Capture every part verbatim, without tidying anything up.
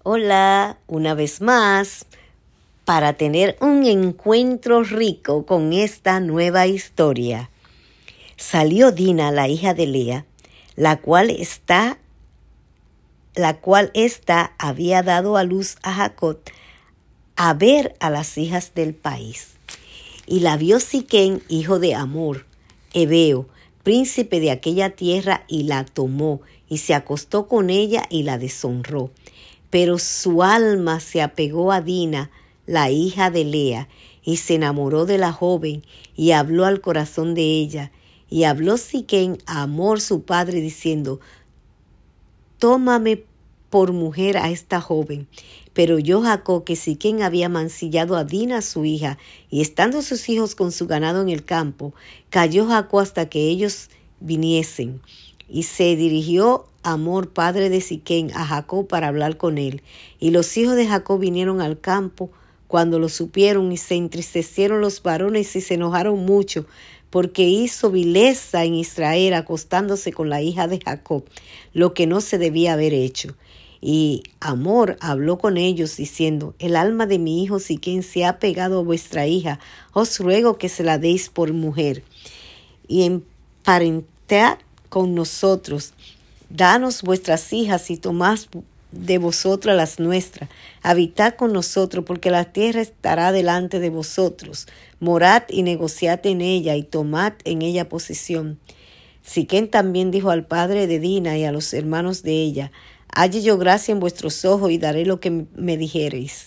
Hola, una vez más, para tener un encuentro rico con esta nueva historia. Salió Dina, la hija de Lea, la cual está, la cual ésta había dado a luz a Jacob, a ver a las hijas del país. Y la vio Siquén, hijo de Hamor, heveo, príncipe de aquella tierra, y la tomó, y se acostó con ella y la deshonró. Pero su alma se apegó a Dina, la hija de Lea, y se enamoró de la joven, y habló al corazón de ella. Y habló Siquén a Hamor su padre, diciendo: Tómame por mujer a esta joven. Pero oyó Jacob que Siquén había mancillado a Dina su hija, y estando sus hijos con su ganado en el campo, calló Jacob hasta que ellos viniesen. Y se dirigió Hamor, padre de Siquén, a Jacob para hablar con él. Y los hijos de Jacob vinieron al campo cuando lo supieron, y se entristecieron los varones y se enojaron mucho, porque hizo vileza en Israel acostándose con la hija de Jacob, lo que no se debía haber hecho. Y Hamor habló con ellos diciendo: El alma de mi hijo Siquén se ha pegado a vuestra hija, os ruego que se la deis por mujer, y emparentad con nosotros. Danos vuestras hijas y tomad de vosotras las nuestras. Habitad con nosotros, porque la tierra estará delante de vosotros. Morad y negociad en ella, y tomad en ella posesión. Siquén también dijo al padre de Dina y a los hermanos de ella: Halle yo gracia en vuestros ojos, y daré lo que me dijereis.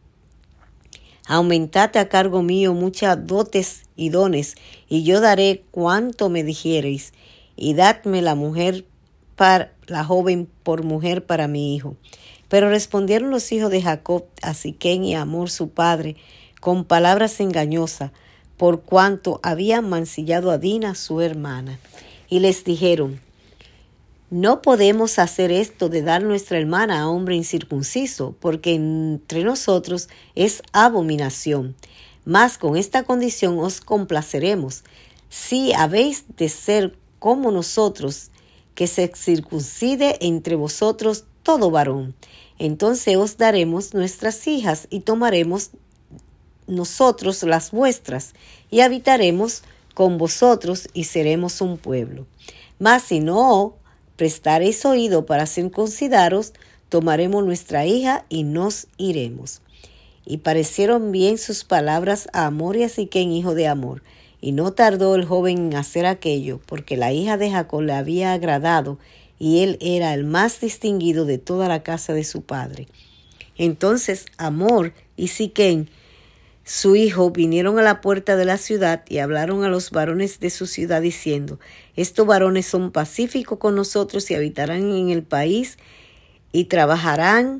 Aumentad a cargo mío muchas dotes y dones, y yo daré cuanto me dijereis, y dadme la mujer para la joven por mujer para mi hijo. Pero respondieron los hijos de Jacob a Siquén y a Hamor su padre con palabras engañosas, por cuanto habían mancillado a Dina su hermana. Y les dijeron: No podemos hacer esto de dar nuestra hermana a hombre incircunciso, porque entre nosotros es abominación. Mas con esta condición os complaceremos, si habéis de ser como nosotros, que se circuncide entre vosotros todo varón. Entonces os daremos nuestras hijas, y tomaremos nosotros las vuestras, y habitaremos con vosotros, y seremos un pueblo. Mas si no prestaréis oído para circuncidaros, tomaremos nuestra hija y nos iremos. Y parecieron bien sus palabras a Hamor y a Siquén, hijo de Hamor. Y no tardó el joven en hacer aquello, porque la hija de Jacob le había agradado, y él era el más distinguido de toda la casa de su padre. Entonces Hamor y Siquén, su hijo, vinieron a la puerta de la ciudad y hablaron a los varones de su ciudad, diciendo: Estos varones son pacíficos con nosotros, y habitarán en el país, y trabajarán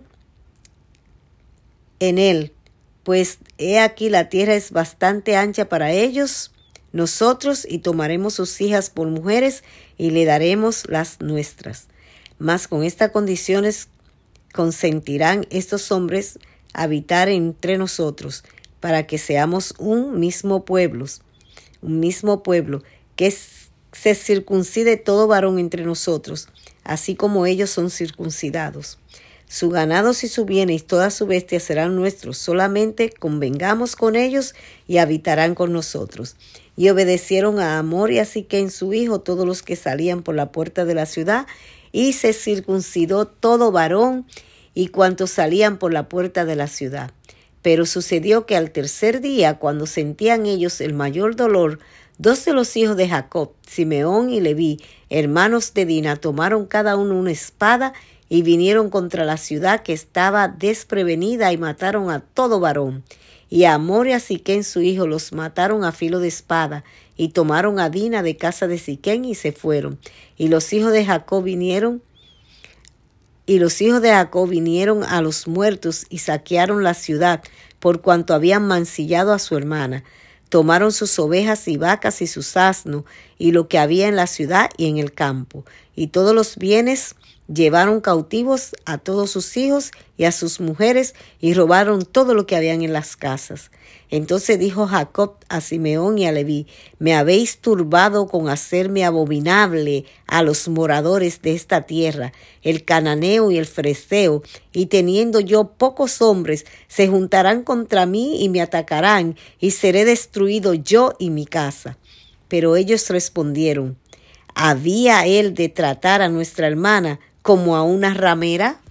en él, pues he aquí la tierra es bastante ancha para ellos, nosotros, y tomaremos sus hijas por mujeres, y le daremos las nuestras. Mas con estas condiciones consentirán estos hombres habitar entre nosotros, para que seamos un mismo pueblo, un mismo pueblo, que se circuncide todo varón entre nosotros, así como ellos son circuncidados. Su ganado y su bienes y toda su bestia serán nuestros, solamente convengamos con ellos, y habitarán con nosotros. Y obedecieron a Hamor y a Siquén su hijo todos los que salían por la puerta de la ciudad, y se circuncidó todo varón y cuantos salían por la puerta de la ciudad. Pero sucedió que al tercer día, cuando sentían ellos el mayor dolor, dos de los hijos de Jacob, Simeón y Leví, hermanos de Dina, tomaron cada uno una espada y vinieron contra la ciudad que estaba desprevenida, y mataron a todo varón. Y a Hamor y a Siquén su hijo los mataron a filo de espada, y tomaron a Dina de casa de Siquén y se fueron. Y los hijos de Jacob vinieron Y los hijos de Jacob vinieron a los muertos y saquearon la ciudad, por cuanto habían mancillado a su hermana. Tomaron sus ovejas y vacas y sus asnos, y lo que había en la ciudad y en el campo, y todos los bienes Llevaron cautivos a todos sus hijos y a sus mujeres y robaron todo lo que habían en las casas. Entonces dijo Jacob a Simeón y a Leví: me habéis turbado con hacerme abominable a los moradores de esta tierra, el cananeo y el ferezeo, y teniendo yo pocos hombres, se juntarán contra mí y me atacarán, y seré destruido yo y mi casa. Pero ellos respondieron: ¿había él de tratar a nuestra hermana como a una ramera?